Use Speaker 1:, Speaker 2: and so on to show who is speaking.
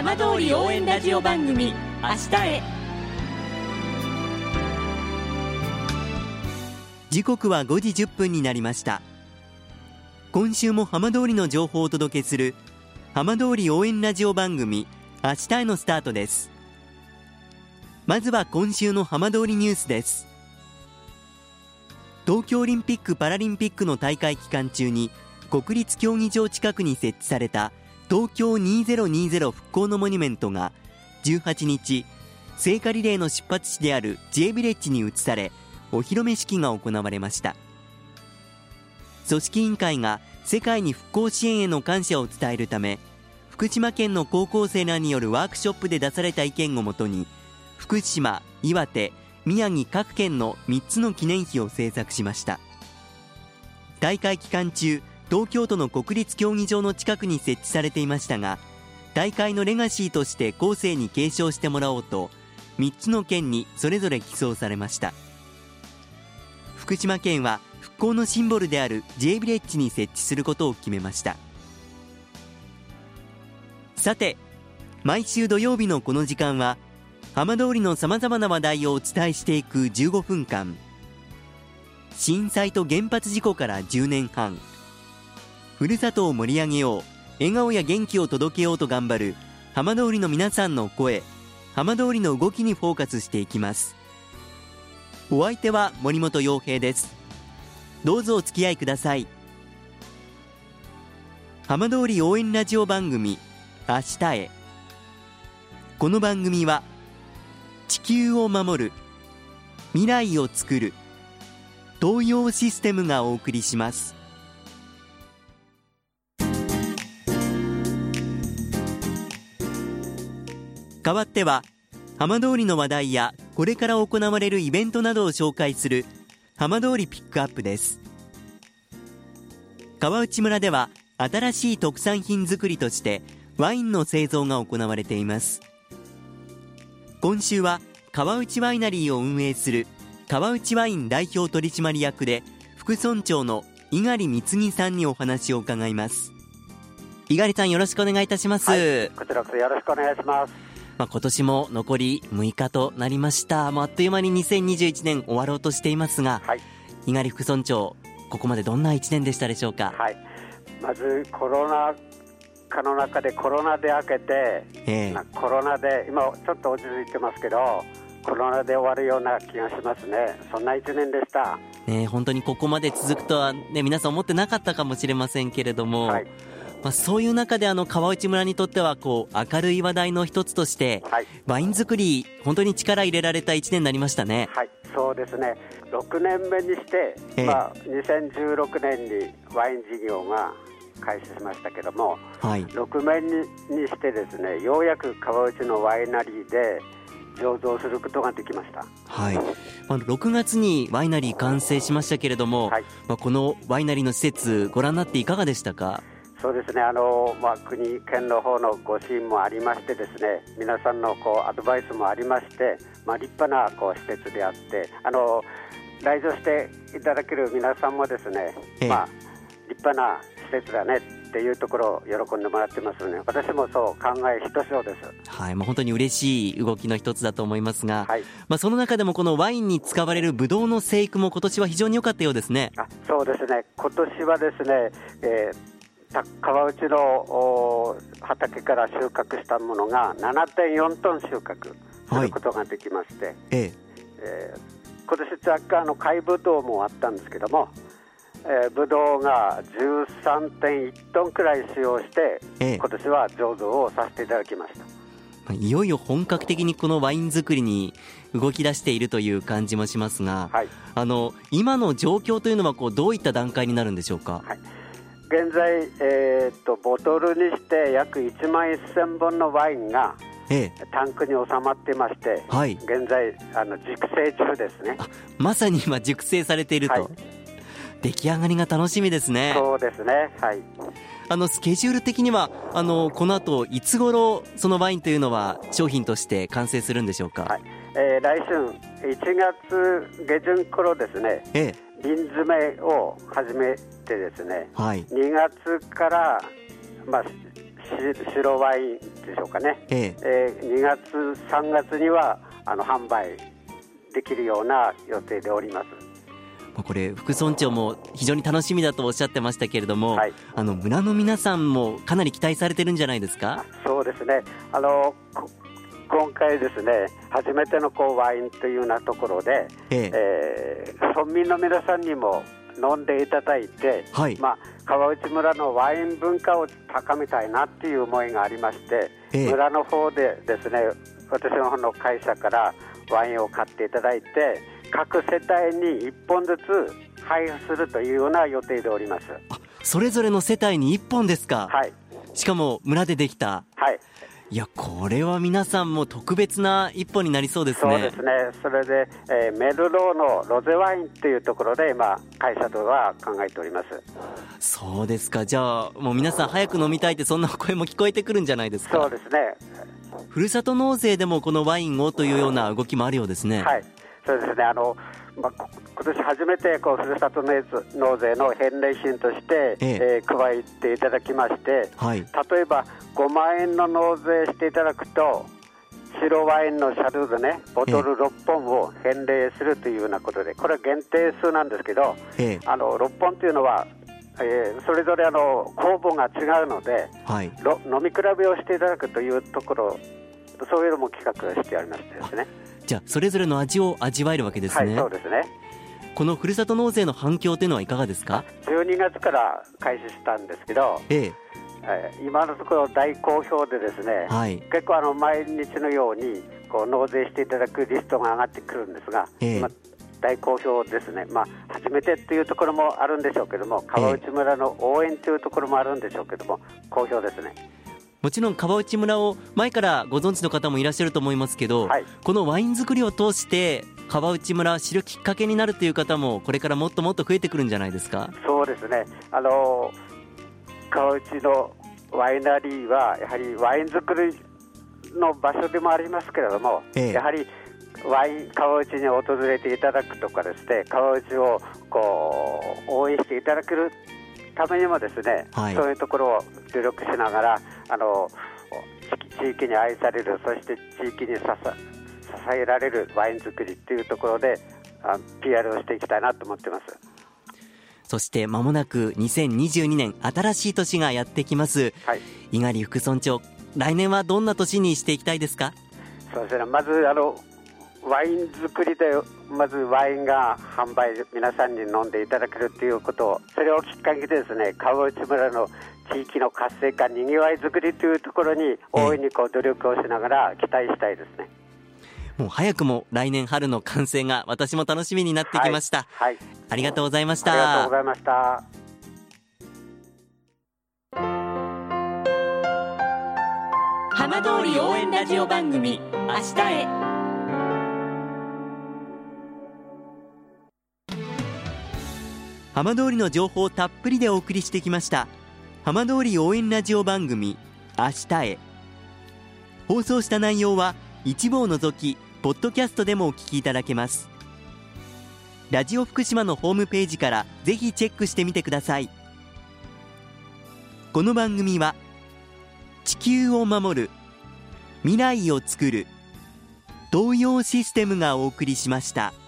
Speaker 1: 浜通り応援ラジオ番組明日へ。
Speaker 2: 時刻は5時10分になりました。今週も浜通りの情報をお届けする浜通り応援ラジオ番組明日へのスタートです。まずは今週の浜通りニュースです。東京オリンピック・パラリンピックの大会期間中に国立競技場近くに設置された東京2020復興のモニュメントが18日、聖火リレーの出発地である J ビレッジに移され、お披露目式が行われました。組織委員会が世界に復興支援への感謝を伝えるため、福島県の高校生らによるワークショップで出された意見をもとに、福島、岩手、宮城各県の3つの記念碑を制作しました。大会期間中、東京都の国立競技場の近くに設置されていましたが、大会のレガシーとして後世に継承してもらおうと、3つの県にそれぞれ寄贈されました。福島県は復興のシンボルである J ビレッジに設置することを決めました。さて、毎週土曜日のこの時間は浜通りのさまざまな話題をお伝えしていく15分間。震災と原発事故から10年半、ふるさとを盛り上げよう、笑顔や元気を届けようと頑張る浜通りの皆さんの声、浜通りの動きにフォーカスしていきます。お相手は森本洋平です。どうぞお付き合いください。浜通り応援ラジオ番組明日へ。この番組は地球を守る、未来をつくる東洋システムがお送りします。代わっては浜通りの話題やこれから行われるイベントなどを紹介する浜通りピックアップです。川内村では新しい特産品作りとしてワインの製造が行われています。今週は川内ワイナリーを運営する川内ワイン代表取締役で副村長の猪狩貢さんにお話を伺います。猪狩さん、よろしくお願いいたします。
Speaker 3: はい、こちらこそよろしくお願いします。
Speaker 2: 今年も残り6日となりました。あっという間に2021年終わろうとしていますが、
Speaker 3: はい、
Speaker 2: 猪狩副村長、ここまでどんな1年でしたでしょうか。
Speaker 3: はい、まずコロナ禍の中でコロナで明けて、コロナで今ちょっと落ち着いてますけど、コロナで終わるような気がしますね。そんな1年でした。
Speaker 2: 本当にここまで続くとは、皆さん思ってなかったかもしれませんけれども、はい、そういう中で川内村にとっては明るい話題の一つとして、はい、ワイン作り本当に力入れられた1年になりましたね。
Speaker 3: はい、そうですね。6年目にして、2016年にワイン事業が開始しましたけども、はい、6年にしてですね、ようやく川内のワイナリーで醸造することができました。
Speaker 2: はい、6月にワイナリー完成しましたけれども、はい、このワイナリーの施設ご覧になっていかがでしたか。
Speaker 3: そうですね、国県の方のご支援もありましてですね、皆さんのアドバイスもありまして、立派な施設であって、来場していただける皆さんもですね、立派な施設だねっていうところを喜んでもらってますね。私もそう考えひとしおです。
Speaker 2: はい、本当に嬉しい動きの一つだと思いますが、はい、その中でもこのワインに使われるブドウの生育も今年は非常に良かったようですね。
Speaker 3: そうですね、今年はですね、川内の畑から収穫したものが 7.4 トン収穫することができまして、今年若干貝ぶどうもあったんですけども、ぶどうが 13.1 トンくらい使用して、今年は醸造をさせていただきました。
Speaker 2: いよいよ本格的にこのワイン作りに動き出しているという感じもしますが、はい、今の状況というのはどういった段階になるんでしょうか。
Speaker 3: はい、現在、ボトルにして約1万1000本のワインが、タンクに収まっていまして、はい、現在熟成中ですね。
Speaker 2: まさに今熟成されていると、はい、出来上がりが楽しみですね。
Speaker 3: そうですね、はい、
Speaker 2: スケジュール的にはこの後いつ頃そのワインというのは商品として完成するんでしょうか。
Speaker 3: はい、来春1月下旬頃ですね、瓶詰めを始めてですね、はい、2月から、白ワインでしょうかね、2月3月には販売できるような予定でおります。
Speaker 2: これ副村長も非常に楽しみだとおっしゃってましたけれども、村の皆さんもかなり期待されてるんじゃないですか？
Speaker 3: そうですね、今回ですね、初めてのワインというようなところで、村民の皆さんにも飲んでいただいて、川内村のワイン文化を高めたいなっていう思いがありまして、村の方でですね、私の方の会社からワインを買っていただいて、各世帯に1本ずつ配布するというような予定でおります。
Speaker 2: それぞれの世帯に1本ですか？しかも村でできた。いや、これは皆さんも特別な一本になりそうですね。
Speaker 3: そうですね。それで、メルローのロゼワインというところで今会社とは考えております。
Speaker 2: そうですか。じゃあもう皆さん早く飲みたいって、そんな声も聞こえてくるんじゃないですか？そうですね。ふるさと納税でもこのワインをというような動きもあるようですね。
Speaker 3: そうですね。今年初めてふるさと納税の返礼品として、加えていただきまして、例えば5万円の納税していただくと白ワインのシャルドネボトル6本を返礼するというようなことで、これは限定数なんですけど、6本というのは、それぞれ酵母が違うので、飲み比べをしていただくというところ、そういうのも企画してありましてですね。
Speaker 2: じゃあそれぞれの味を味わえるわけですね。
Speaker 3: そうですね。
Speaker 2: このふるさと納税の反響というのはいかがですか
Speaker 3: ？12月から開始したんですけど、今のところ大好評でですね、結構毎日のように納税していただくリストが上がってくるんですが、大好評ですね。初めてというところもあるんでしょうけども、川内村の応援というところもあるんでしょうけども、好評ですね。
Speaker 2: もちろん川内村を前からご存知の方もいらっしゃると思いますけど、このワイン作りを通して川内村を知るきっかけになるという方もこれからもっともっと増えてくるんじゃないですか？
Speaker 3: そうですね。川内のワイナリーはやはりワイン作りの場所でもありますけれども、やはり川内に訪れていただくとかですね、川内を応援していただけるためにもですね、そういうところを努力しながら地域に愛される、そして地域に支えられるワイン作りというところでPR をしていきたいなと思っています。
Speaker 2: そして間もなく2022年新しい年がやってきます、猪狩副村長、来年はどんな年にしていきたいですか？
Speaker 3: そうですね、まずワイン作りでまずワインが販売、皆さんに飲んでいただけるということを、それをきっかけでですね、川内村の地域の活性化、にぎわい作りというところに大いに努力をしながら期待したいですね。
Speaker 2: もう早くも来年春の完成が私も楽しみになってきました。ありがとうございました。
Speaker 3: ありがとうございました。
Speaker 1: 浜通り応援ラジオ番組明日へ。
Speaker 2: 浜通りの情報をたっぷりでお送りしてきました浜通り応援ラジオ番組明日へ。放送した内容は一部を除きポッドキャストでもお聞きいただけます。ラジオ福島のホームページからぜひチェックしてみてください。この番組は地球を守る未来をつくる東洋システムがお送りしました。